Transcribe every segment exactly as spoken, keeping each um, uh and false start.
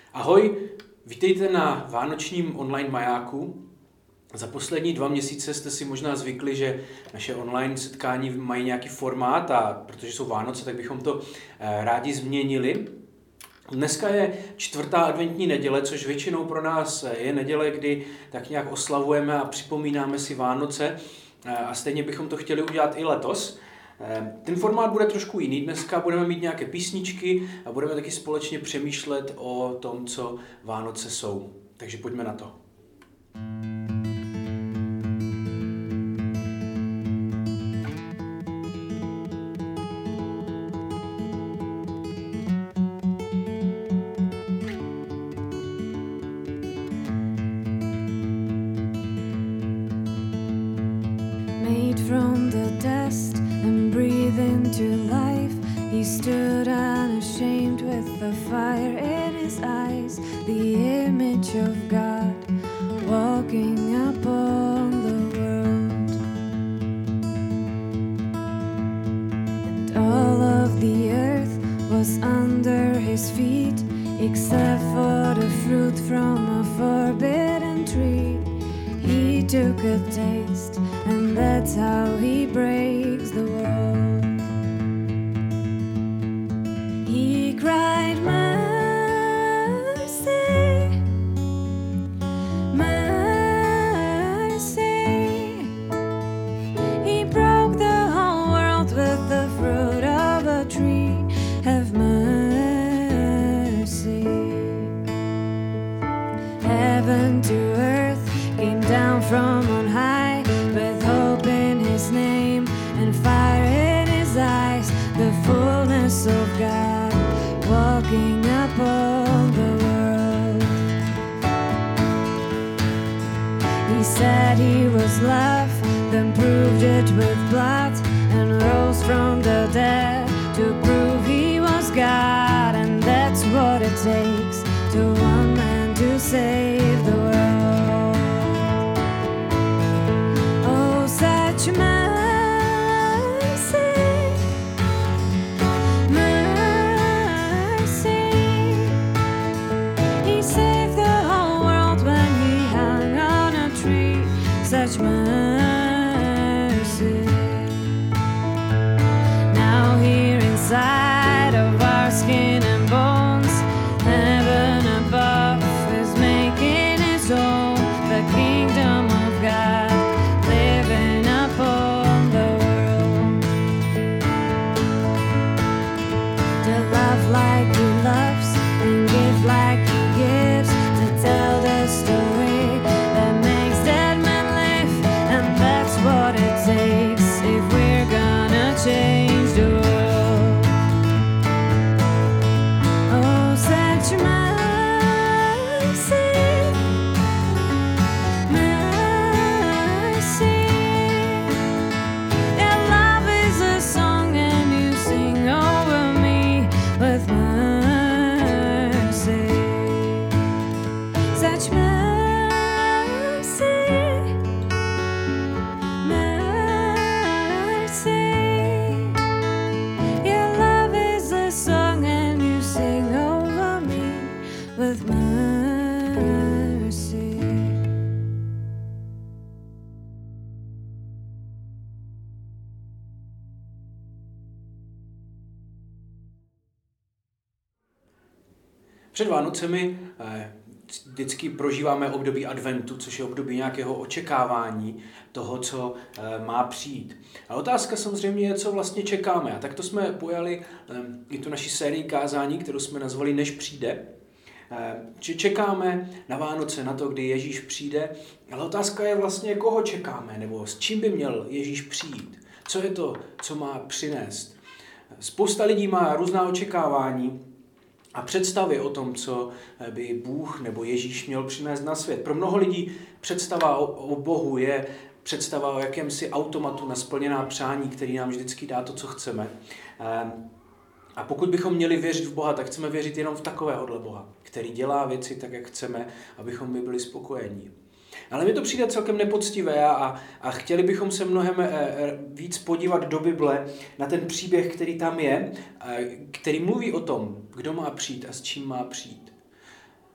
Ahoj, vítejte na vánočním online majáku. Za poslední dva měsíce jste si možná zvykli, že naše online setkání mají nějaký formát a protože jsou Vánoce, tak bychom to rádi změnili. Dneska je čtvrtá adventní neděle, což většinou pro nás je neděle, kdy tak nějak oslavujeme a připomínáme si Vánoce a stejně bychom to chtěli udělat i letos. Ten formát bude trošku jiný. Dneska budeme mít nějaké písničky a budeme taky společně přemýšlet o tom, co Vánoce jsou. Takže pojďme na to. Made from the dust and breathe into life, he stood unashamed with the fire in his eyes, the image of God walking upon the world. And all of the earth was under his feet, except for the fruit from a forbidden tree. He took a taste, and that's how he breaks the world. He cried, mercy, mercy. He broke the whole world with the fruit of a tree. Have mercy. Heaven to earth came down from on high, with hope in his name and fire in his eyes, the fullness of God walking upon the world. He said he was love, then proved it with blood, and rose from the dead to prove he was God. And that's what it takes to one man to save the world. Such mercy, mercy. He saved the whole world when he hung on a tree. Such mercy. Now here inside of our skin and bones, heaven above is making its own, the kingdom of God living upon the world. To love like he loves and give like he gives, to tell the story that makes dead men live. And that's what it takes if we're gonna change the world. Oh, such mercy, mercy. Your love is a song and you sing over me with mercy. Such mercy, mercy. Your love is a song and you sing over me with mercy. Před Vánocemi eh, vždycky prožíváme období adventu, což je období nějakého očekávání toho, co eh, má přijít. A otázka samozřejmě je, co vlastně čekáme. A tak to jsme pojali eh, i tu naši sérii kázání, kterou jsme nazvali Než přijde. Eh, že čekáme na Vánoce, na to, kdy Ježíš přijde, ale otázka je vlastně, koho čekáme, nebo s čím by měl Ježíš přijít. Co je to, co má přinést. Spousta lidí má různá očekávání a představy o tom, co by Bůh nebo Ježíš měl přinést na svět. Pro mnoho lidí představa o, o Bohu je představa o jakémsi automatu na splněná přání, který nám vždycky dá to, co chceme. A pokud bychom měli věřit v Boha, tak chceme věřit jenom v takovéhohle Boha, který dělá věci tak, jak chceme, abychom my byli spokojení. Ale mně to přijde celkem nepoctivé a, a chtěli bychom se mnohem víc podívat do Bible na ten příběh, který tam je, který mluví o tom, kdo má přijít a s čím má přijít.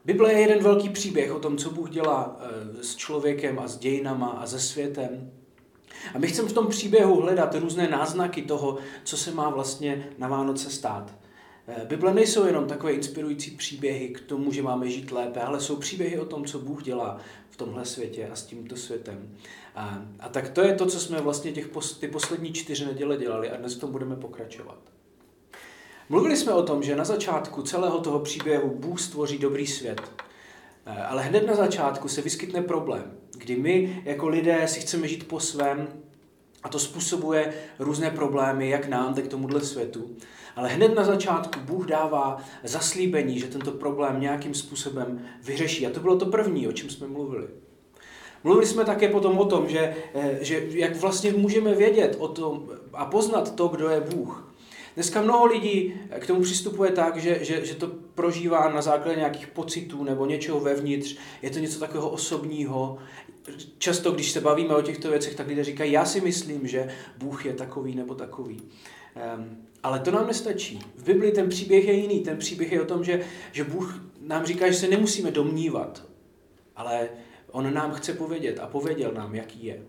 Bible je jeden velký příběh o tom, co Bůh dělá s člověkem a s dějinama a se světem. A my chceme v tom příběhu hledat různé náznaky toho, co se má vlastně na Vánoce stát. Bible nejsou jenom takové inspirující příběhy k tomu, že máme žít lépe, ale jsou příběhy o tom, co Bůh dělá v tomhle světě a s tímto světem. A, a tak to je to, co jsme vlastně těch pos, ty poslední čtyři neděle dělali a dnes v tom budeme pokračovat. Mluvili jsme o tom, že na začátku celého toho příběhu Bůh stvoří dobrý svět. Ale hned na začátku se vyskytne problém, kdy my jako lidé si chceme žít po svém a to způsobuje různé problémy, jak nám, tak tomuhle světu. Ale hned na začátku Bůh dává zaslíbení, že tento problém nějakým způsobem vyřeší. A to bylo to první, o čem jsme mluvili. Mluvili jsme také potom o tom, že, že jak vlastně můžeme vědět o tom a poznat to, kdo je Bůh. Dneska mnoho lidí k tomu přistupuje tak, že, že, že to prožívá na základě nějakých pocitů nebo něčeho vevnitř. Je to něco takového osobního. Často, když se bavíme o těchto věcech, tak lidé říkají, já si myslím, že Bůh je takový nebo takový. Um, ale to nám nestačí. V Biblii ten příběh je jiný. Ten příběh je o tom, že, že Bůh nám říká, že se nemusíme domnívat, ale on nám chce povědět a pověděl nám, jaký je.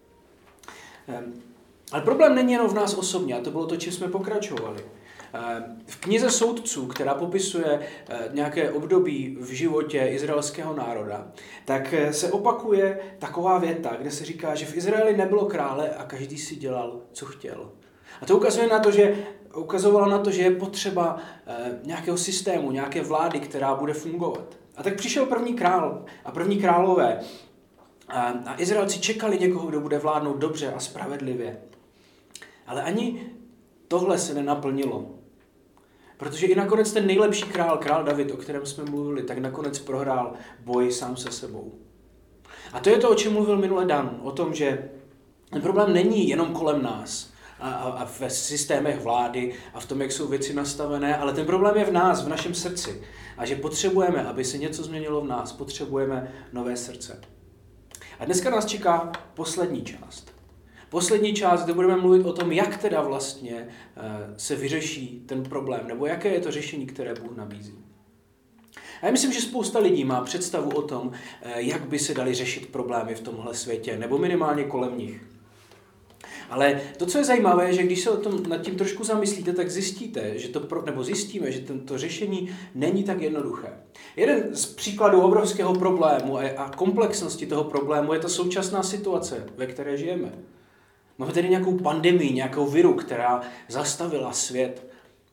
Um, Ale problém není jenom v nás osobně, a to bylo to, čím jsme pokračovali. V knize Soudců, která popisuje nějaké období v životě izraelského národa, tak se opakuje taková věta, kde se říká, že v Izraeli nebylo krále a každý si dělal, co chtěl. A to ukazuje na to, že, ukazovalo na to, že je potřeba nějakého systému, nějaké vlády, která bude fungovat. A tak přišel první král a první králové a, a Izraelci čekali někoho, kdo bude vládnout dobře a spravedlivě. Ale ani tohle se nenaplnilo. Protože i nakonec ten nejlepší král, král David, o kterém jsme mluvili, tak nakonec prohrál boj sám se sebou. A to je to, o čem mluvil minule Dan. O tom, že ten problém není jenom kolem nás a, a, a ve systémech vlády a v tom, jak jsou věci nastavené, ale ten problém je v nás, v našem srdci. A že potřebujeme, aby se něco změnilo v nás, potřebujeme nové srdce. A dneska nás čeká poslední část. Poslední část, kde budeme mluvit o tom, jak teda vlastně se vyřeší ten problém, nebo jaké je to řešení, které Bůh nabízí. A já myslím, že spousta lidí má představu o tom, jak by se daly řešit problémy v tomhle světě, nebo minimálně kolem nich. Ale to, co je zajímavé, je, že když se o tom nad tím trošku zamyslíte, tak zjistíte, že to pro, nebo zjistíme, že tento řešení není tak jednoduché. Jeden z příkladů obrovského problému a komplexnosti toho problému je ta současná situace, ve které žijeme. Máme tedy nějakou pandemii, nějakou viru, která zastavila svět.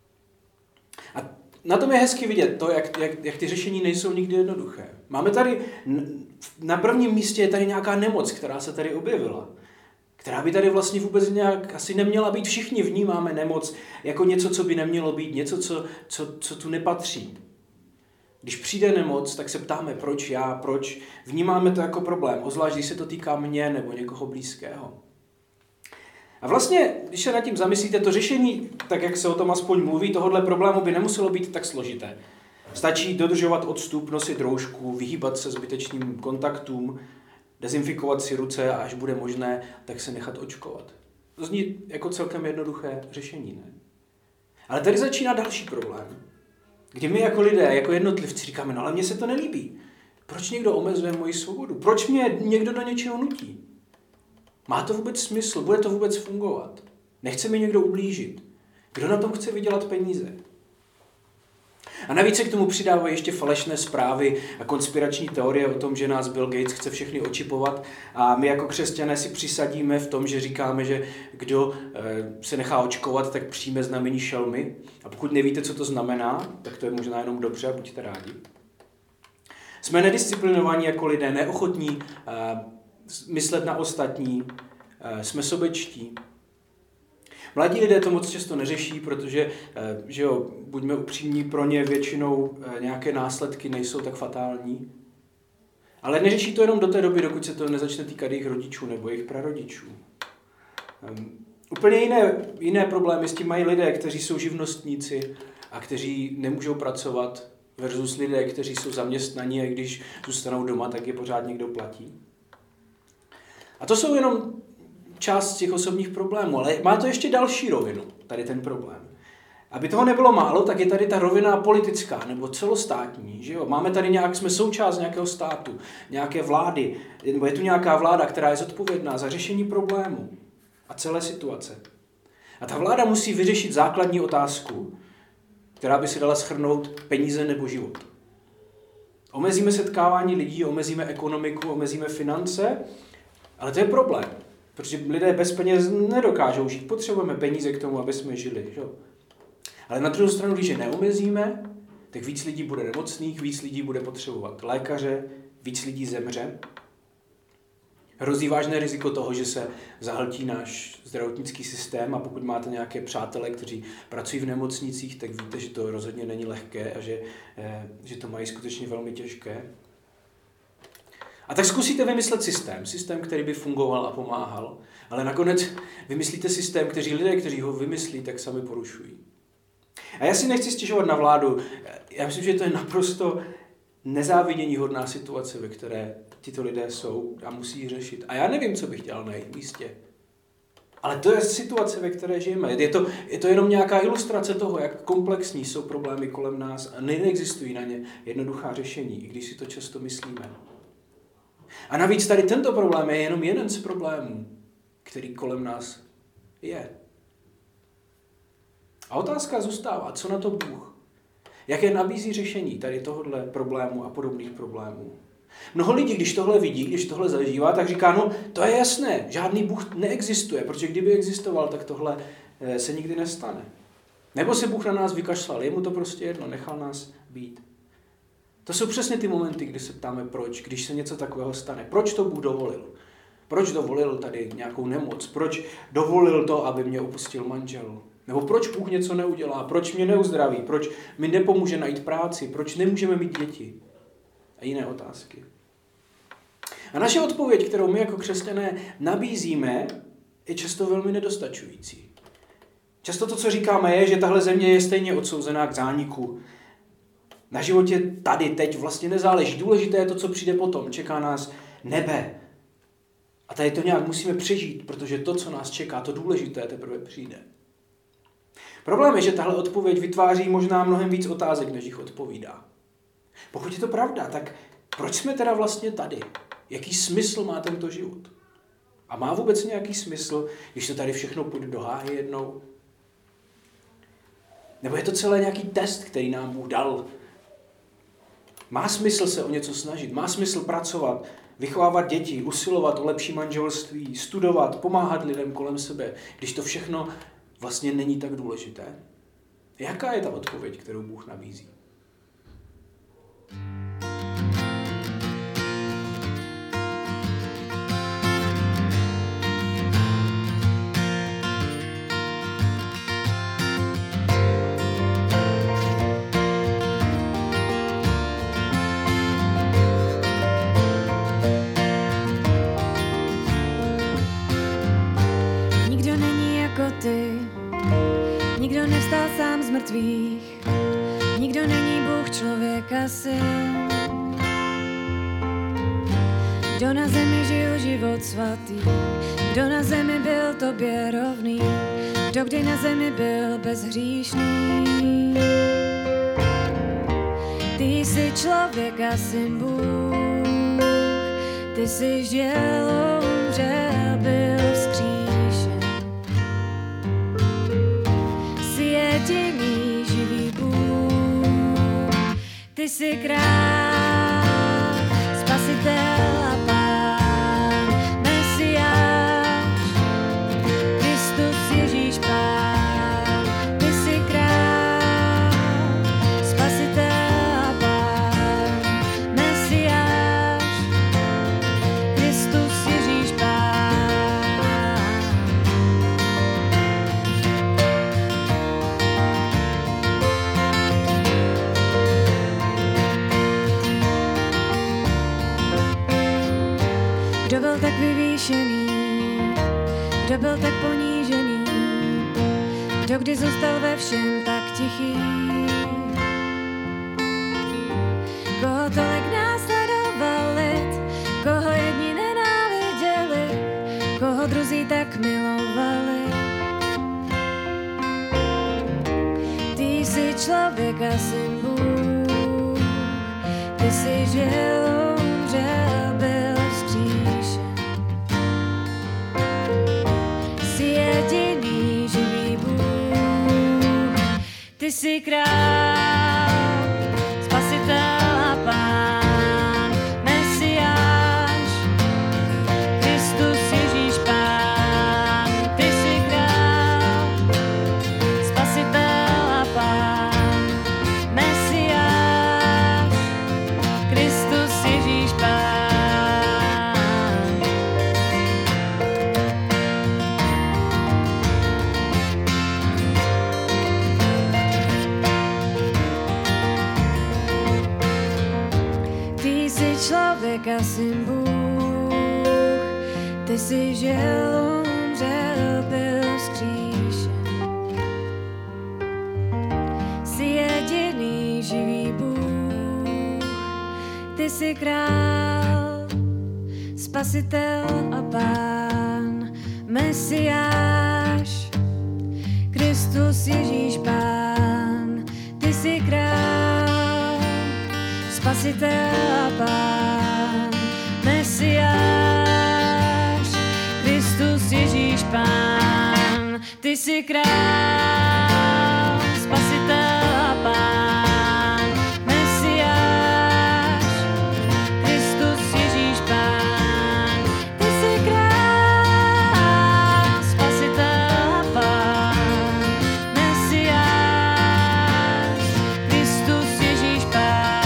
A na tom je hezky vidět to, jak, jak, jak ty řešení nejsou nikdy jednoduché. Máme tady, na prvním místě je tady nějaká nemoc, která se tady objevila. Která by tady vlastně vůbec nějak asi neměla být. Všichni vnímáme nemoc jako něco, co by nemělo být, něco, co, co, co tu nepatří. Když přijde nemoc, tak se ptáme, proč já, proč. Vnímáme to jako problém, ozvlášť, když se to týká mě nebo někoho blízkého. A vlastně, když se nad tím zamyslíte, to řešení, tak jak se o tom aspoň mluví, tohohle problému by nemuselo být tak složité. Stačí dodržovat odstup, nosit roušku, vyhýbat se zbytečným kontaktům, dezinfikovat si ruce a až bude možné, tak se nechat očkovat. To zní jako celkem jednoduché řešení, ne? Ale tady začíná další problém, kdy my jako lidé, jako jednotlivci říkáme, no ale mně se to nelíbí. Proč někdo omezuje moji svobodu? Proč mě někdo do něčeho nutí? Má to vůbec smysl? Bude to vůbec fungovat? Nechce mi někdo ublížit? Kdo na tom chce vydělat peníze? A navíc se k tomu přidávají ještě falešné zprávy a konspirační teorie o tom, že nás Bill Gates chce všechny očipovat a my jako křesťané si přisadíme v tom, že říkáme, že kdo se nechá očkovat, tak přijme znamení šelmy. A pokud nevíte, co to znamená, tak to je možná jenom dobře a buďte rádi. Jsme nedisciplinovaní jako lidé, neochotní myslet na ostatní, jsme sobečtí. Mladí lidé to moc často neřeší, protože, že jo, buďme upřímní, pro ně většinou nějaké následky nejsou tak fatální. Ale neřeší to jenom do té doby, dokud se to nezačne týkat jejich rodičů nebo jejich prarodičů. Um, úplně jiné, jiné problémy s tím mají lidé, kteří jsou živnostníci a kteří nemůžou pracovat, versus lidé, kteří jsou zaměstnaní a když zůstanou doma, tak je pořád někdo platí. A to jsou jenom část z těch osobních problémů, ale má to ještě další rovinu, tady ten problém. Aby toho nebylo málo, tak je tady ta rovina politická nebo celostátní. Že jo? Máme tady nějak, jsme součást nějakého státu, nějaké vlády, nebo je tu nějaká vláda, která je zodpovědná za řešení problému a celé situace. A ta vláda musí vyřešit základní otázku, která by si dala shrnout peníze nebo život. Omezíme setkávání lidí, omezíme ekonomiku, omezíme finance, ale to je problém, protože lidé bez peněz nedokážou žít. Potřebujeme peníze k tomu, aby jsme žili. Že? Ale na druhou stranu, když je neomezíme, tak víc lidí bude nemocných, víc lidí bude potřebovat lékaře, víc lidí zemře. Hrozí vážné riziko toho, že se zahltí náš zdravotnický systém a pokud máte nějaké přátele, kteří pracují v nemocnicích, tak víte, že to rozhodně není lehké a že, že to mají skutečně velmi těžké. A tak zkusíte vymyslet systém, systém, který by fungoval a pomáhal, ale nakonec vymyslíte systém, který lidé, kteří ho vymyslí, tak sami porušují. A já si nechci stěžovat na vládu, já myslím, že to je naprosto nezáviděníhodná situace, ve které tito lidé jsou a musí ji řešit. A já nevím, co bych dělal na jejich místě. Ale to je situace, ve které žijeme. Je to, je to jenom nějaká ilustrace toho, jak komplexní jsou problémy kolem nás a neexistují na ně jednoduchá řešení, i když si to často myslíme. A navíc tady tento problém je jenom jeden z problémů, který kolem nás je. A otázka zůstává, co na to Bůh? Jaké nabízí řešení tady tohohle problému a podobných problémů? Mnoho lidí, když tohle vidí, když tohle zažívá, tak říká, no to je jasné, žádný Bůh neexistuje, protože kdyby existoval, tak tohle se nikdy nestane. Nebo se Bůh na nás vykašlal, je mu to prostě jedno, nechal nás být. To jsou přesně ty momenty, kdy se ptáme proč, když se něco takového stane. Proč to Bůh dovolil? Proč dovolil tady nějakou nemoc? Proč dovolil to, aby mě opustil manžel? Nebo proč Bůh něco neudělá? Proč mě neuzdraví? Proč mi nepomůže najít práci? Proč nemůžeme mít děti? A jiné otázky. A naše odpověď, kterou my jako křesťané nabízíme, je často velmi nedostačující. Často to, co říkáme, je, že tahle země je stejně odsouzená k zániku. Na životě tady, teď vlastně nezáleží. Důležité je to, co přijde potom. Čeká nás nebe. A tady to nějak musíme přežít, protože to, co nás čeká, to důležité teprve přijde. Problém je, že tahle odpověď vytváří možná mnohem víc otázek, než jich odpovídá. Pokud je to pravda, tak proč jsme teda vlastně tady? Jaký smysl má tento život? A má vůbec nějaký smysl, když to tady všechno půjde do háje jednou? Nebo je to celé nějaký test, který nám Bůh dal? Má smysl se o něco snažit, má smysl pracovat, vychovávat děti, usilovat o lepší manželství, studovat, pomáhat lidem kolem sebe, když to všechno vlastně není tak důležité? Jaká je ta odpověď, kterou Bůh nabízí? Nikdo nevstal sám z mrtvých, nikdo není Bůh člověka syn. Kdo na zemi žil život svatý, kdo na zemi byl tobě rovný, kdo kdy na zemi byl bezhříšný. Ty jsi člověka syn Bůh, ty jsi žil, umřel, byl vzkříšen. Jediný živý Bůh, ty jsi král, spasitel a pán, Mesiáš, Kristus Ježíš pán. Ty jsi král, spasitel a pán, Mesiáš, Kristus Ježíš pán. Kdo byl tak vyvýšený, kdo byl tak ponížený, kdo kdy zůstal ve všem tak tichý. Koho tolik následoval lid, koho jedni nenáviděli, koho druzí tak milovali. člověka syn Bůh. Ty jsi žil, umřel, byl vzkříšen. Jsi jediný živý Bůh. Ty jsi král, spasitel a pán, Mesiáš, Kristus Ježíš pán. Ty jsi král, spasitel a pán, Mesiáš, Kristus Ježíš pán. Ty jsi člověka syn Bůh. Ty jsi žil, umřel, byl vzkříšen. Jsi jediný živý Bůh. Ty jsi král, spasitel a pán, Mesiáš, Kristus Ježíš pán. Ty jsi král, spasitel a pán, Mesiáš, Kristus Ježíš pán. Ty jsi král, spasitel a pán, Mesiáš, Kristus Ježíš pán. Ty jsi král, spasitel a pán, Mesiáš, Kristus Ježíš pán.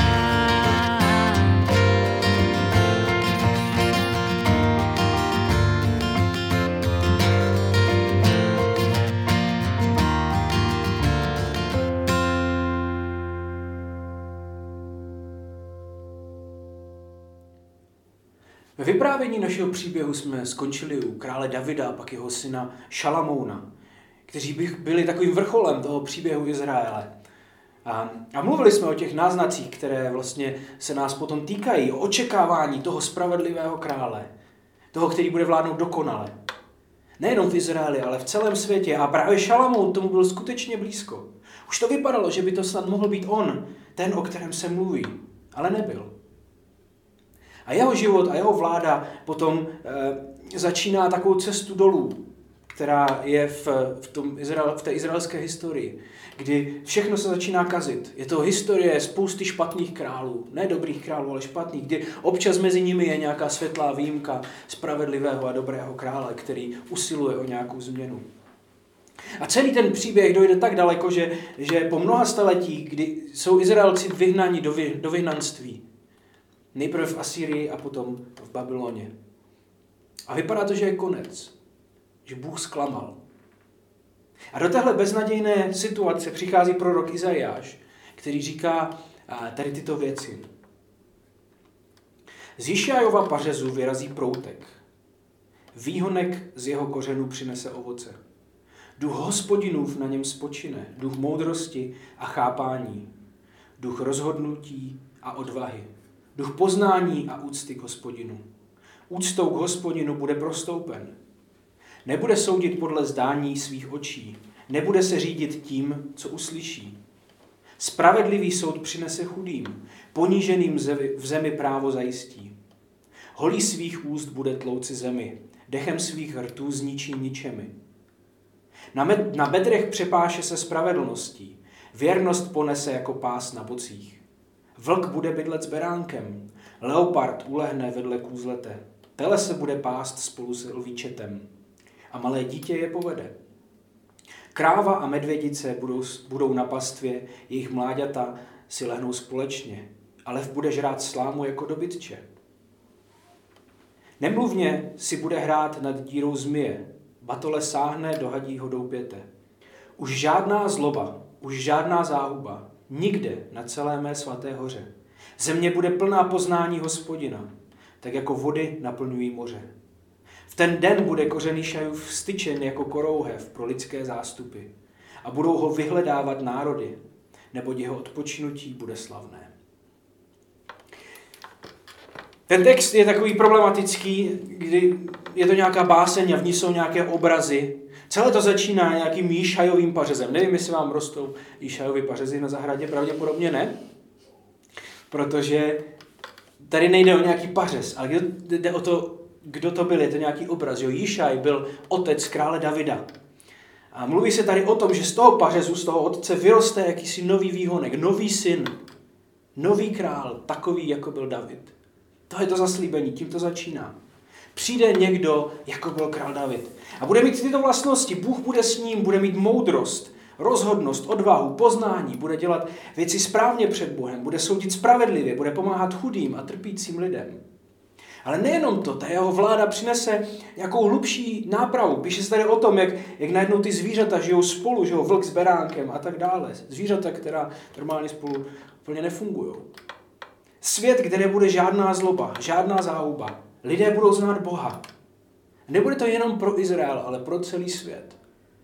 Ve vyprávění našeho příběhu jsme skončili u krále Davida a pak jeho syna Šalamouna, kteří by byli takovým vrcholem toho příběhu Izraele. A, a mluvili jsme o těch náznacích, které vlastně se nás potom týkají, o očekávání toho spravedlivého krále, toho, který bude vládnout dokonale. Nejenom v Izraeli, ale v celém světě. A právě Šalamoun tomu byl skutečně blízko. Už to vypadalo, že by to snad mohl být on, ten, o kterém se mluví, ale nebyl. A jeho život a jeho vláda potom e, začíná takovou cestu dolů, která je v, v, tom Izrael, v té izraelské historii, kdy všechno se začíná kazit. Je to historie spousty špatných králů, ne dobrých králů, ale špatných, kdy občas mezi nimi je nějaká světlá výjimka spravedlivého a dobrého krále, který usiluje o nějakou změnu. A celý ten příběh dojde tak daleko, že, že po mnoha staletí, kdy jsou Izraelci vyhnáni do, vy, do vyhnanství, nejprve v Asýrii a potom v Babyloně. A vypadá to, že je konec. Že Bůh zklamal. A do téhle beznadějné situace přichází prorok Izajáš, který říká tady tyto věci. Z Jišajova pařezu vyrazí proutek. Výhonek z jeho kořenů přinese ovoce. Duch Hospodinův na něm spočine, duch moudrosti a chápání, duch rozhodnutí a odvahy, duch poznání a úcty k Hospodinu. Úctou k Hospodinu bude prostoupen. Nebude soudit podle zdání svých očí, nebude se řídit tím, co uslyší. Spravedlivý soud přinese chudým, poníženým v zemi právo zajistí. Holí svých úst bude tlouci zemi, dechem svých rtů zničí ničemi. Na, med- na bedrech přepáše se spravedlností, věrnost ponese jako pás na bocích. Vlk bude bydlet s beránkem, leopard ulehne vedle kůzlete, tele se bude pást spolu s lvíčetem a malé dítě je povede. Kráva a medvědice budou, budou na pastvě, jejich mláďata si lehnou společně, a lev bude žrát slámu jako dobytče. Nemluvně si bude hrát nad dírou zmije, batole sáhne do hadího doupěte. Už žádná zloba, už žádná záhuba, nikde na celé mé svaté hoře. Země bude plná poznání Hospodina, tak jako vody naplňují moře. V ten den bude kořen Jišajův styčen jako korouhev pro lidské zástupy a budou ho vyhledávat národy, neboť jeho odpočinutí bude slavné. Ten text je takový problematický, kdy je to nějaká báseň a v ní jsou nějaké obrazy. Celé to začíná nějakým Jíšajovým pařezem. Nevím, jestli vám rostou Jíšajovy pařezy na zahradě, pravděpodobně ne. Protože tady nejde o nějaký pařez, ale jde o to, kdo to byl. Je to nějaký obraz. Jo? Jíšaj byl otec krále Davida. A mluví se tady o tom, že z toho pařezu, z toho otce vyroste jakýsi nový výhonek, nový syn, nový král, takový, jako byl David. To je to zaslíbení, tím to začíná. Přijde někdo, jako byl král David. A bude mít tyto vlastnosti. Bůh bude s ním, bude mít moudrost, rozhodnost, odvahu, poznání, bude dělat věci správně před Bohem, bude soudit spravedlivě, bude pomáhat chudým a trpícím lidem. Ale nejenom to, ta jeho vláda přinese nějakou hlubší nápravu. Píše se tady o tom, jak, jak najednou ty zvířata žijou spolu, žijou vlk s beránkem a tak dále. Zvířata, která normálně spolu úplně nefungují. Svět, kde nebude žádná zloba, žádná záhuba. Lidé budou znát Boha. Nebude to jenom pro Izrael, ale pro celý svět.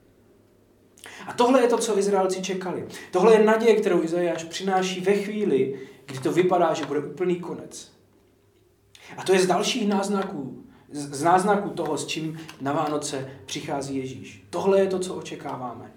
A tohle je to, co Izraelci čekali. Tohle je naděje, kterou Izajáš přináší ve chvíli, kdy to vypadá, že bude úplný konec. A to je z dalších náznaků, z náznaků toho, s čím na Vánoce přichází Ježíš. Tohle je to, co očekáváme.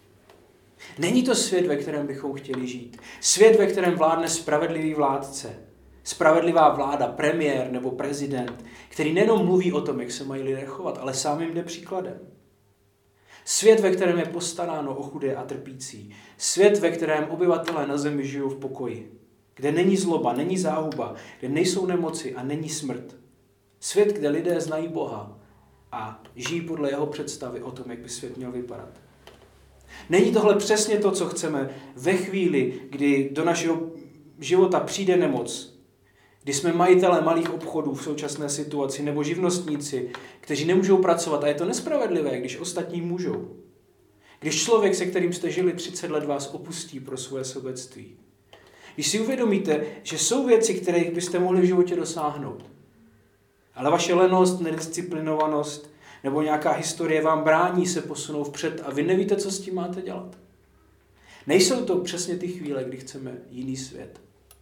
Není to svět, ve kterém bychom chtěli žít. Svět, ve kterém vládne spravedlivý vládce. Spravedlivá vláda, premiér nebo prezident, který nejenom mluví o tom, jak se mají lidé chovat, ale sám jim jde příkladem. Svět, ve kterém je postaráno o chudé a trpící. Svět, ve kterém obyvatelé na zemi žijou v pokoji. Kde není zloba, není záhuba, kde nejsou nemoci a není smrt. Svět, kde lidé znají Boha a žijí podle jeho představy o tom, jak by svět měl vypadat. Není tohle přesně to, co chceme ve chvíli, kdy do našeho života přijde nemoc, kdy jsme majitelé malých obchodů v současné situaci nebo živnostníci, kteří nemůžou pracovat a je to nespravedlivé, když ostatní můžou. Když člověk, se kterým jste žili třicet let, vás opustí pro svoje sobectví. Když si uvědomíte, že jsou věci, které byste mohli v životě dosáhnout, ale vaše lenost, nedisciplinovanost nebo nějaká historie vám brání se posunout vpřed a vy nevíte, co s tím máte dělat. Nejsou to přesně ty chvíle, kdy chceme jiný svět.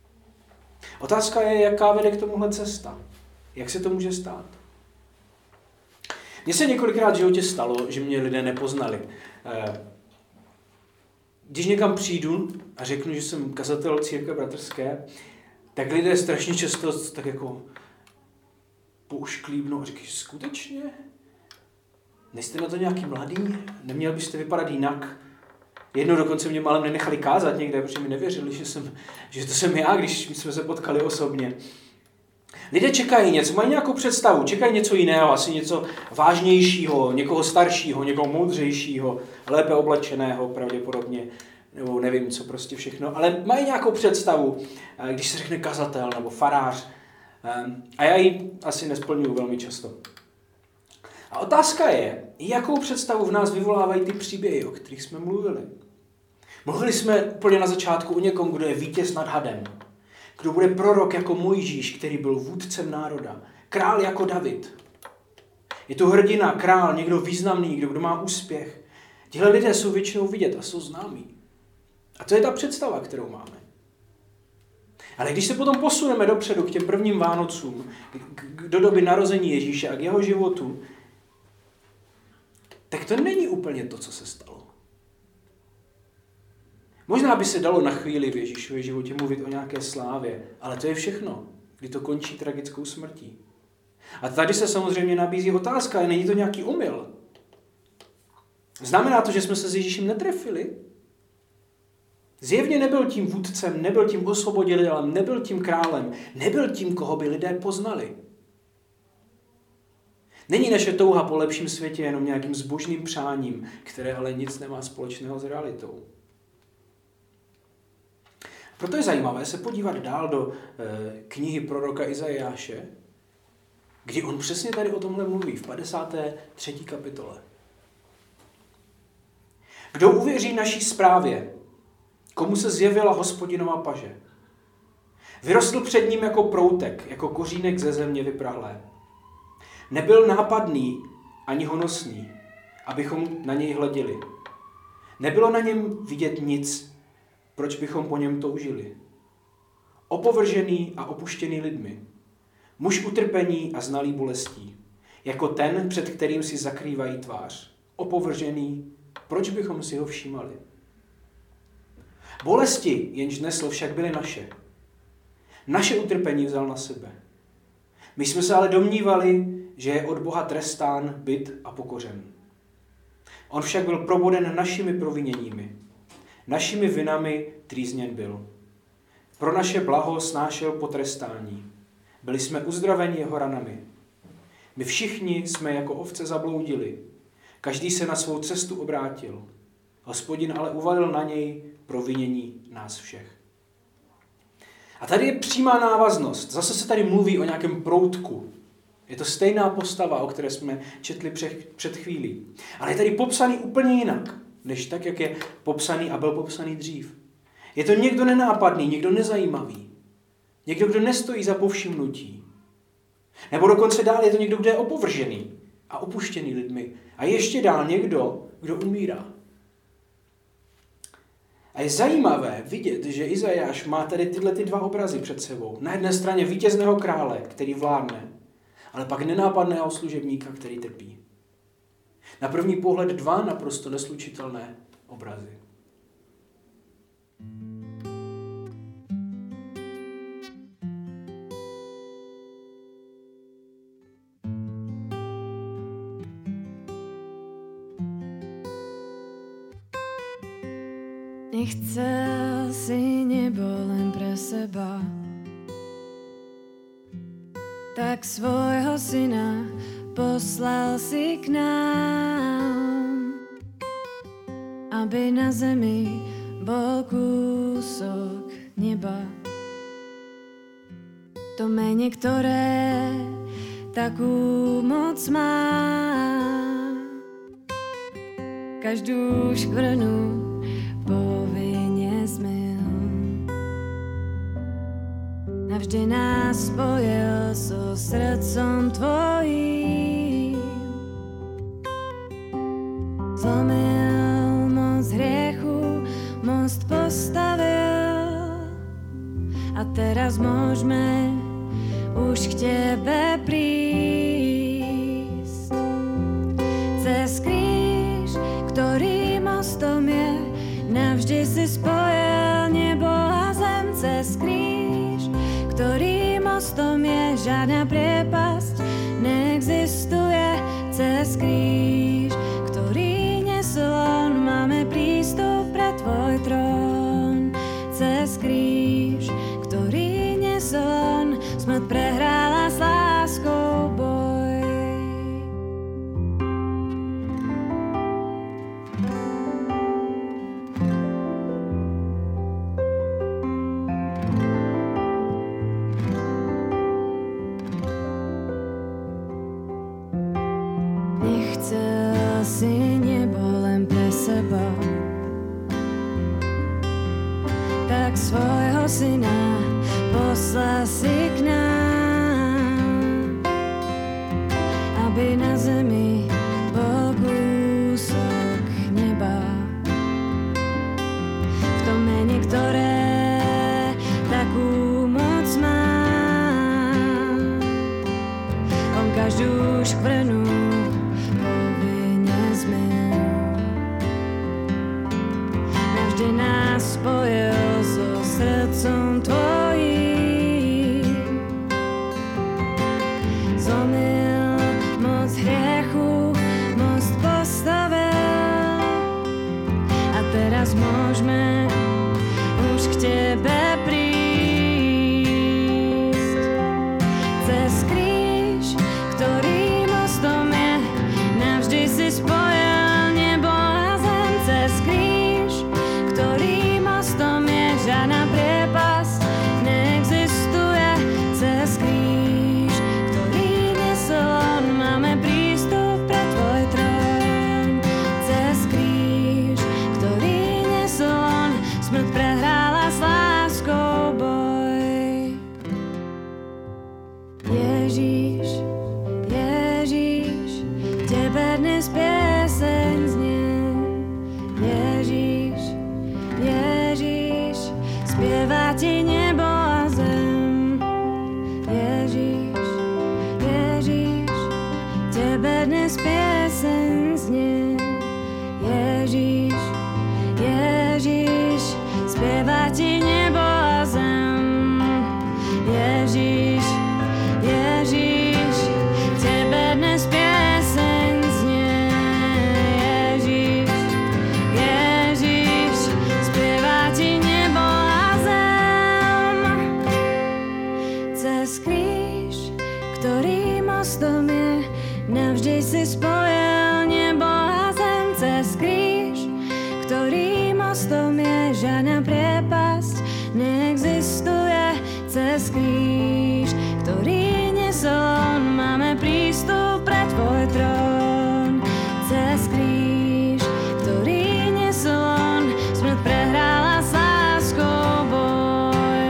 Otázka je, jaká vede k tomuhle cesta. Jak se to může stát? Mně se několikrát v životě stalo, že mě lidé nepoznali. Když někam přijdu a řeknu, že jsem kazatel církve bratrské, tak lidé strašně často tak jako poušklíbnou a říkají, skutečně? Nejste na to nějaký mladý? Neměl byste vypadat jinak? Jednou dokonce mě málem nenechali kázat někde, protože mi nevěřili, že, jsem, že to jsem já, když jsme se potkali osobně. Lidé čekají něco, mají nějakou představu, čekají něco jiného, asi něco vážnějšího, někoho staršího, někoho moudřejšího, lépe oblečeného pravděpodobně, nebo nevím co prostě všechno, ale mají nějakou představu, když se řekne kazatel nebo farář. A já ji asi nesplňuju velmi často. A otázka je, jakou představu v nás vyvolávají ty příběhy, o kterých jsme mluvili. Mluvili jsme úplně na začátku o někom, kdo je vítěz nad hadem. Kdo bude prorok jako Mojžíš, který byl vůdcem národa. Král jako David. Je to hrdina, král, někdo významný, někdo, kdo má úspěch. Tihle lidé jsou většinou vidět a jsou známí. A to je ta představa, kterou máme. Ale když se potom posuneme dopředu k těm prvním Vánocům, do doby narození Ježíše a k jeho životu, tak to není úplně to, co se stalo. Možná by se dalo na chvíli v Ježíšově životě mluvit o nějaké slávě, ale to je všechno, kdy to končí tragickou smrtí. A tady se samozřejmě nabízí otázka, není to nějaký omyl? Znamená to, že jsme se s Ježíšem netrefili? Zjevně nebyl tím vůdcem, nebyl tím osvoboditelem, nebyl tím králem, nebyl tím, koho by lidé poznali. Není naše touha po lepším světě jenom nějakým zbožným přáním, které ale nic nemá společného s realitou. Proto je zajímavé se podívat dál do e, knihy proroka Izajáše, kdy on přesně tady o tomhle mluví v padesáté třetí kapitole. Kdo uvěří naší zprávě, komu se zjevila Hospodinova paže? Vyrostl před ním jako proutek, jako kořínek ze země vyprahlé. Nebyl nápadný ani honosný, abychom na něj hleděli. Nebylo na něm vidět nic, proč bychom po něm toužili. Opovržený a opuštěný lidmi. Muž utrpení a znalý bolestí. Jako ten, před kterým si zakrývají tvář. opovržený, proč bychom si ho všímali? Bolesti, jenž nesl, však byly naše. Naše utrpení vzal na sebe. My jsme se ale domnívali, že je od Boha trestán, bit a pokořen. On však byl proboden našimi proviněními. Našimi vinami trýzněn byl. Pro naše blaho snášel potrestání. Byli jsme uzdraveni jeho ranami. My všichni jsme jako ovce zabloudili. Každý se na svou cestu obrátil. Hospodin ale uvalil na něj provinění nás všech. A tady je přímá návaznost. Zase se tady mluví o nějakém proutku. Je to stejná postava, o které jsme četli před chvílí. Ale je tady popsaný úplně jinak, než tak, jak je popsaný a byl popsaný dřív. Je to někdo nenápadný, někdo nezajímavý. Někdo, kdo nestojí za povšimnutí. Nebo dokonce dál je to někdo, kdo je opovržený a opuštěný lidmi. A ještě dál někdo, kdo umírá. A je zajímavé vidět, že Izajáš má tady tyhle ty dva obrazy před sebou. Na jedné straně vítězného krále, který vládne, ale pak nenápadného služebníka, který trpí. Na první pohled dva naprosto neslučitelné obrazy. Nechcel si nebo len pre seba, tak svojho syna poslal si k nám, aby na zemi bol kúsok neba. To mene, ktoré takú moc má, každú škvrnu povinne zmyl. Navždy nás spojil so srdcom tvojím. Zlomil moc hriechu, most postavil. A teraz môžeme už k tebe prísť. Cez kríž, ktorý mostom je, navždy si spojil nebo a zem. Cez kríž, ktorý mostom je, žiadna priepasť neexistuje. Cez kríž, ktorý nesol on, máme prístup pre tvoj trón. Cez kríž, ktorý nesol on, smrť prehrála s láskou boj. Nechcel si nebo len pre seba, tak svojho syna poslal si k nám, aby na zemi bol kúsok neba. V tom mene, ktoré takú moc má, on každú škvrnu povinne zmyl. Navždy nás spojil so srdcom tvojím. Zlomil moc hriechu, most postavil. A teraz môžeme už k tebe prísť. Cez kríž, ktorý mostom mostom je, navždy si spojil nebo a zem cez kríž, ktorý mostom je, žiadna priepasť neexistuje cez kríž, ktorý nesol, máme prístup pred tvoj trón. Cez kríž, ktorý nesol, smrť prehrála s láskou boj.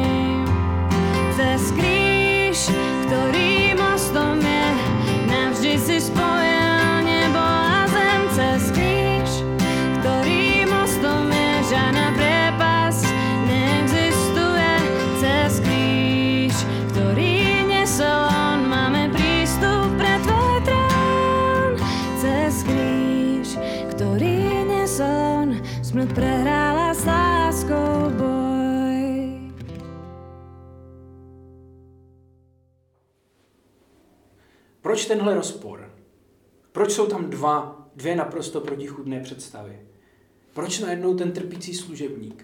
Cez kríž, ktorý mostom je, navždy si spojil nebo a zem. Cez kríž, ktorý mostom je, žiadna priepasť neexistuje. Cez kríž, ktorý nesol, máme prístup pred tvoj trón. Cez kríž, ktorý nesol, smrť prehrála s láskou boj. Proč tenhle rozpor? Proč jsou tam dva, dvě naprosto protichůdné představy? Proč najednou ten trpící služebník?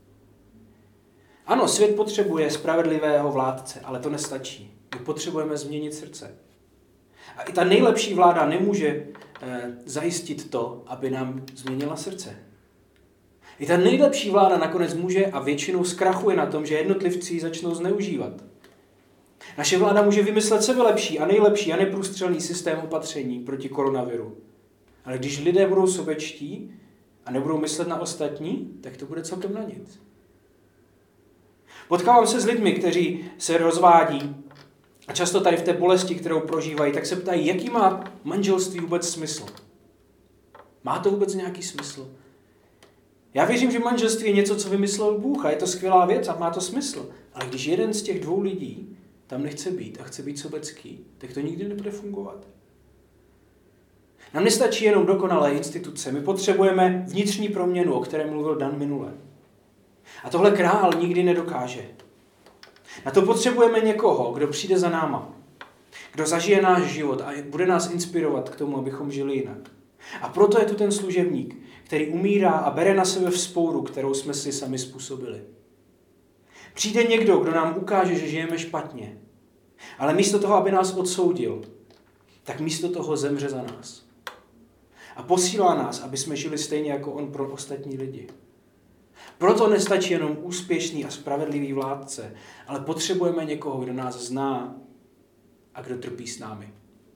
Ano, svět potřebuje spravedlivého vládce, ale to nestačí. My potřebujeme změnit srdce. A i ta nejlepší vláda nemůže eh, zajistit to, aby nám změnila srdce. I ta nejlepší vláda nakonec může a většinou zkrachuje na tom, že jednotlivci ji začnou zneužívat. Naše vláda může vymyslet sebelepší a nejlepší a neprůstřelný systém opatření proti koronaviru. Ale když lidé budou sobečtí a nebudou myslet na ostatní, tak to bude celkem na nic. Potkávám se s lidmi, kteří se rozvádí a často tady v té bolesti, kterou prožívají, tak se ptají, jaký má manželství vůbec smysl. Má to vůbec nějaký smysl? Já věřím, že manželství je něco, co vymyslel Bůh a je to skvělá věc a má to smysl. Ale když jeden z těch dvou lidí tam nechce být a chce být sobecký, tak to nikdy nebude fungovat. Nám nestačí jenom dokonalé instituce, my potřebujeme vnitřní proměnu, o které mluvil Dan minule. A tohle král nikdy nedokáže. Na to potřebujeme někoho, kdo přijde za náma, kdo zažije náš život a bude nás inspirovat k tomu, abychom žili jinak. A proto je tu ten služebník, který umírá a bere na sebe vzpouru, kterou jsme si sami způsobili. Přijde někdo, kdo nám ukáže, že žijeme špatně, ale místo toho, aby nás odsoudil, tak místo toho zemře za nás. A posílá nás, aby jsme žili stejně jako on pro ostatní lidi. Proto nestačí jenom úspěšný a spravedlivý vládce, ale potřebujeme někoho, kdo nás zná a kdo trpí s námi.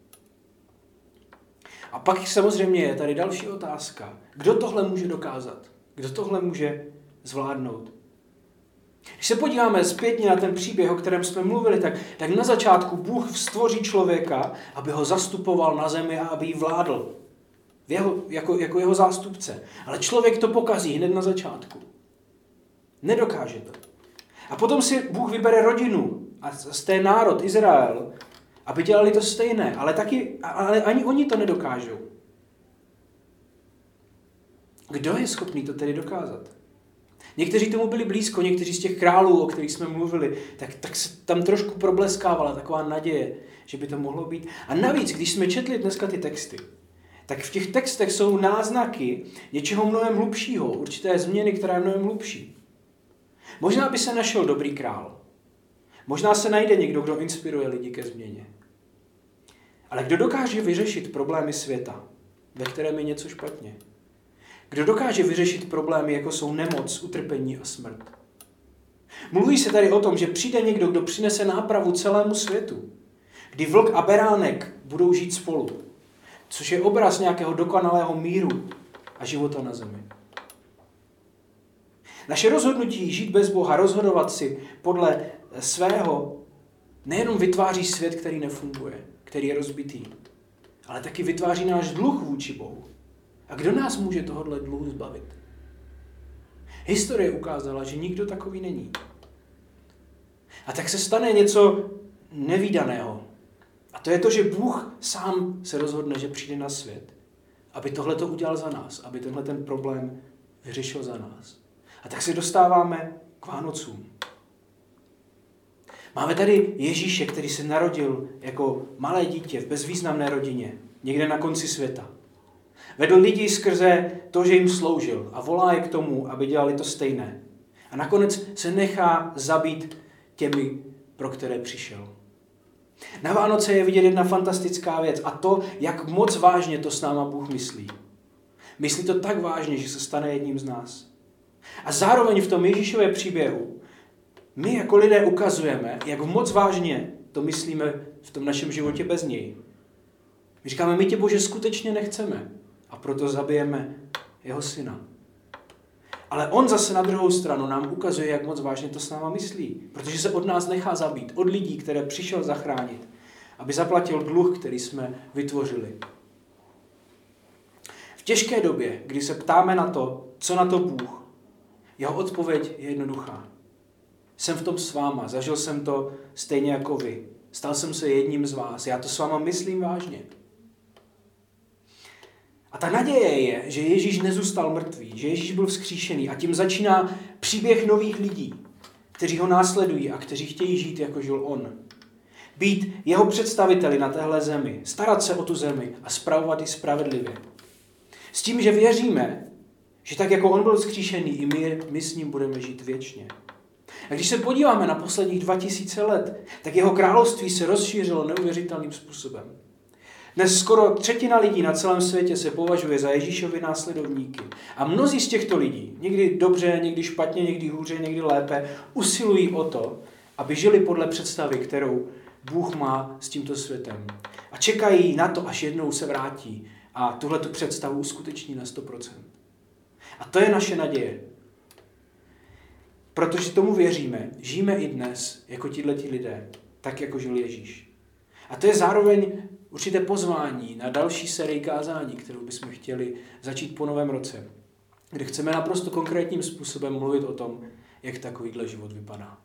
A pak samozřejmě je tady další otázka. Kdo tohle může dokázat? Kdo tohle může zvládnout? Když se podíváme zpětně na ten příběh, o kterém jsme mluvili, tak, tak na začátku Bůh stvoří člověka, aby ho zastupoval na zemi a aby ji vládl. Jeho, jako, jako jeho zástupce. Ale člověk to pokazí hned na začátku. Nedokáže to. A potom si Bůh vybere rodinu a z té národ, Izrael, aby dělali to stejné, ale, taky, ale ani oni to nedokážou. Kdo je schopný to tedy dokázat? Někteří tomu byli blízko, někteří z těch králů, o kterých jsme mluvili, tak, tak se tam trošku probleskávala taková naděje, že by to mohlo být. A navíc, když jsme četli dneska ty texty, tak v těch textech jsou náznaky něčeho mnohem hlubšího, určité změny, která je mnohem hlubší. Možná by se našel dobrý král. Možná se najde někdo, kdo inspiruje lidi ke změně. Ale kdo dokáže vyřešit problémy světa, ve kterém je něco špatně? Kdo dokáže vyřešit problémy, jako jsou nemoc, utrpení a smrt? Mluví se tady o tom, že přijde někdo, kdo přinese nápravu celému světu, kdy vlk a beránek budou žít spolu, což je obraz nějakého dokonalého míru a života na zemi. Naše rozhodnutí žít bez Boha, rozhodovat si podle svého, nejenom vytváří svět, který nefunguje, který je rozbitý, ale taky vytváří náš dluh vůči Bohu. A kdo nás může tohohle dluhu zbavit? Historie ukázala, že nikdo takový není. A tak se stane něco nevídaného. A to je to, že Bůh sám se rozhodne, že přijde na svět, aby tohle to udělal za nás, aby tenhle ten problém vyřešil za nás. A tak se dostáváme k Vánocům. Máme tady Ježíše, který se narodil jako malé dítě v bezvýznamné rodině, někde na konci světa. Vedl lidi skrze to, že jim sloužil a volá je k tomu, aby dělali to stejné. A nakonec se nechá zabít těmi, pro které přišel. Na Vánoce je vidět jedna fantastická věc a to, jak moc vážně to s náma Bůh myslí. Myslí to tak vážně, že se stane jedním z nás. A zároveň v tom Ježíšově příběhu my jako lidé ukazujeme, jak moc vážně to myslíme v tom našem životě bez něj. My říkáme, my tě, Bože, skutečně nechceme a proto zabijeme jeho syna. Ale on zase na druhou stranu nám ukazuje, jak moc vážně to s náma myslí, protože se od nás nechá zabít, od lidí, které přišel zachránit, aby zaplatil dluh, který jsme vytvořili. V těžké době, kdy se ptáme na to, co na to Bůh, jeho odpověď je jednoduchá. Jsem v tom s váma, zažil jsem to stejně jako vy. Stal jsem se jedním z vás, já to s váma myslím vážně. A ta naděje je, že Ježíš nezůstal mrtvý, že Ježíš byl vzkříšený a tím začíná příběh nových lidí, kteří ho následují a kteří chtějí žít, jako žil on. Být jeho představiteli na téhle zemi, starat se o tu zemi a spravovat ji spravedlivě. S tím, že věříme, že tak jako on byl vzkříšený, i my, my s ním budeme žít věčně. A když se podíváme na posledních dva tisíce let, tak jeho království se rozšířilo neuvěřitelným způsobem. Dnes skoro třetina lidí na celém světě se považuje za Ježíšovy následovníky. A mnozí z těchto lidí, někdy dobře, někdy špatně, někdy hůře, někdy lépe, usilují o to, aby žili podle představy, kterou Bůh má s tímto světem. A čekají na to, až jednou se vrátí a tuhletu představu uskuteční na sto procent. A to je naše naděje. Protože tomu věříme, žijeme i dnes jako tihleti lidé, tak jako žil Ježíš. A to je zároveň určité pozvání na další sérii kázání, kterou bychom chtěli začít po novém roce, kde chceme naprosto konkrétním způsobem mluvit o tom, jak takovýhle život vypadá.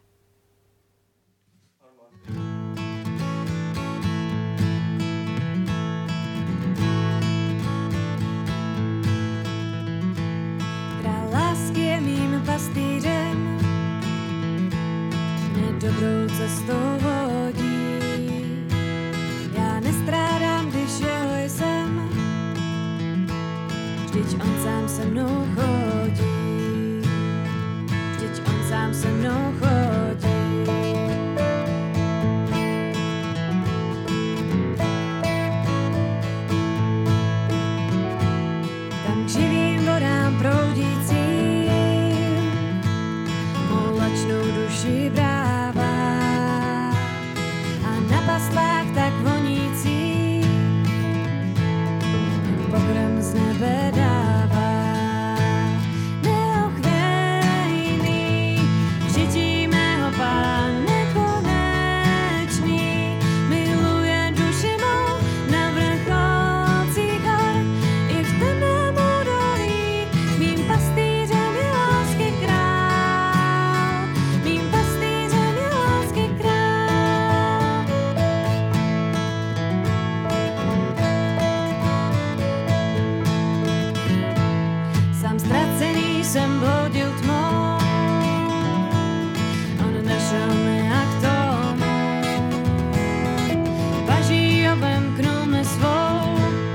Král lásky je mým pastýřem, mě dobrou cestou vodí. Já nestrádám, když jeho jsem, vždyť on sám se mnou chodí. Vždyť on sám se mnou chodí. Tam k živým vodám proudícím mou lačnou duši brává a na pastvách tak vonící pokrm z nebe dává. Neochvějný v žití mého Pán nekonečný miluje duši mou na vrcholcích hor i v temném údolí. Mým pastýřem je lásky král, mým pastýřem je lásky král. Sám ztracený jsem bloudil tmou, on našel mě a k tomu paží obemknul mne svou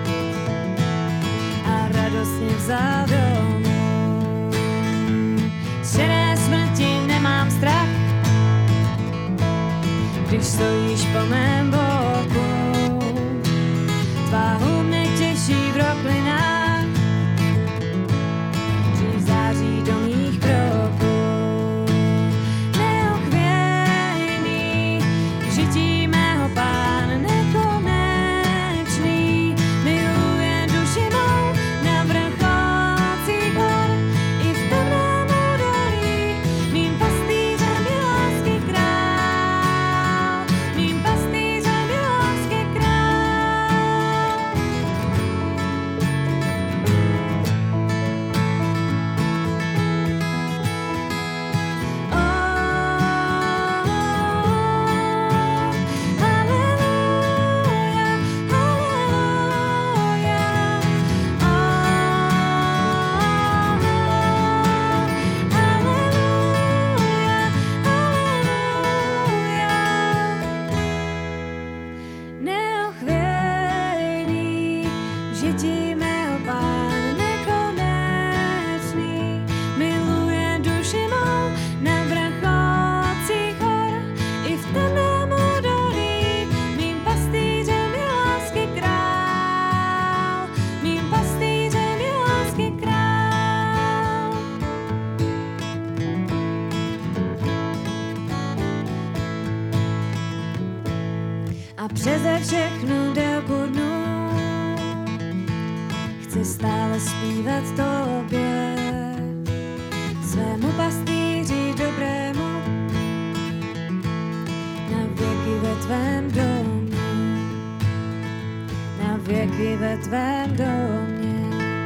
a radostně vzal domů. Z šedé smrti nemám strach, když stojíš po mém boku. Tvá mě těší v roklinách, dřív září do mých kroků. Neochvějný v žití mého Pán nekonečný miluje duši mou na vrcholcích hor i v temném údolí. Mým pastýřem je lásky král, mým pastýřem je lásky král. přeze všechnu délku dnů chci stále zpívat tobě, svému pastýři dobrému, na věky ve tvém domě, na věky ve tvém domě.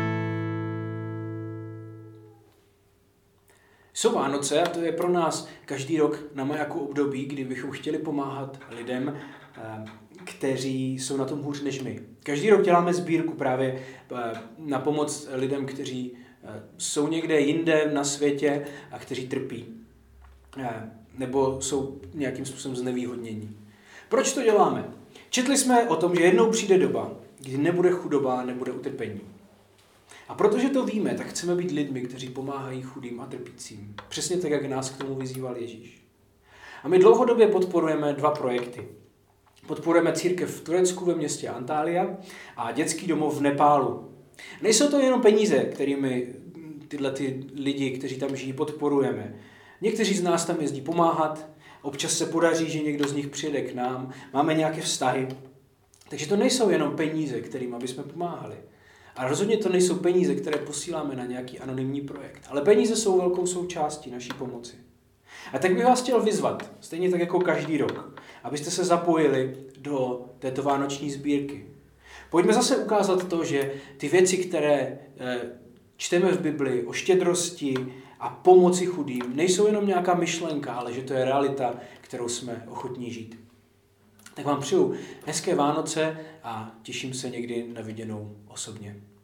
Jsou Vánoce a to je pro nás každý rok na Majaku období, kdy bychom chtěli pomáhat lidem, kteří jsou na tom hůř než my. Každý rok děláme sbírku právě na pomoc lidem, kteří jsou někde jinde na světě a kteří trpí. Nebo jsou nějakým způsobem znevýhodnění. Proč to děláme? Četli jsme o tom, že jednou přijde doba, kdy nebude chudoba, nebude utrpení. A protože to víme, tak chceme být lidmi, kteří pomáhají chudým a trpícím. Přesně tak, jak nás k tomu vyzýval Ježíš. A my dlouhodobě podporujeme dva projekty. Podporujeme církev v Turecku ve městě Antalya a dětský domov v Nepálu. Nejsou to jenom peníze, kterými tyhle ty lidi, kteří tam žijí, podporujeme. Někteří z nás tam jezdí pomáhat, občas se podaří, že někdo z nich přijede k nám, máme nějaké vztahy. Takže to nejsou jenom peníze, kterým aby jsme pomáhali. A rozhodně to nejsou peníze, které posíláme na nějaký anonymní projekt. Ale peníze jsou velkou součástí naší pomoci. A tak bych vás chtěl vyzvat, stejně tak jako každý rok, abyste se zapojili do této vánoční sbírky. Pojďme zase ukázat to, že ty věci, které čteme v Bibli o štědrosti a pomoci chudým, nejsou jenom nějaká myšlenka, ale že to je realita, kterou jsme ochotní žít. Tak vám přeju hezké Vánoce a těším se někdy na viděnou osobně.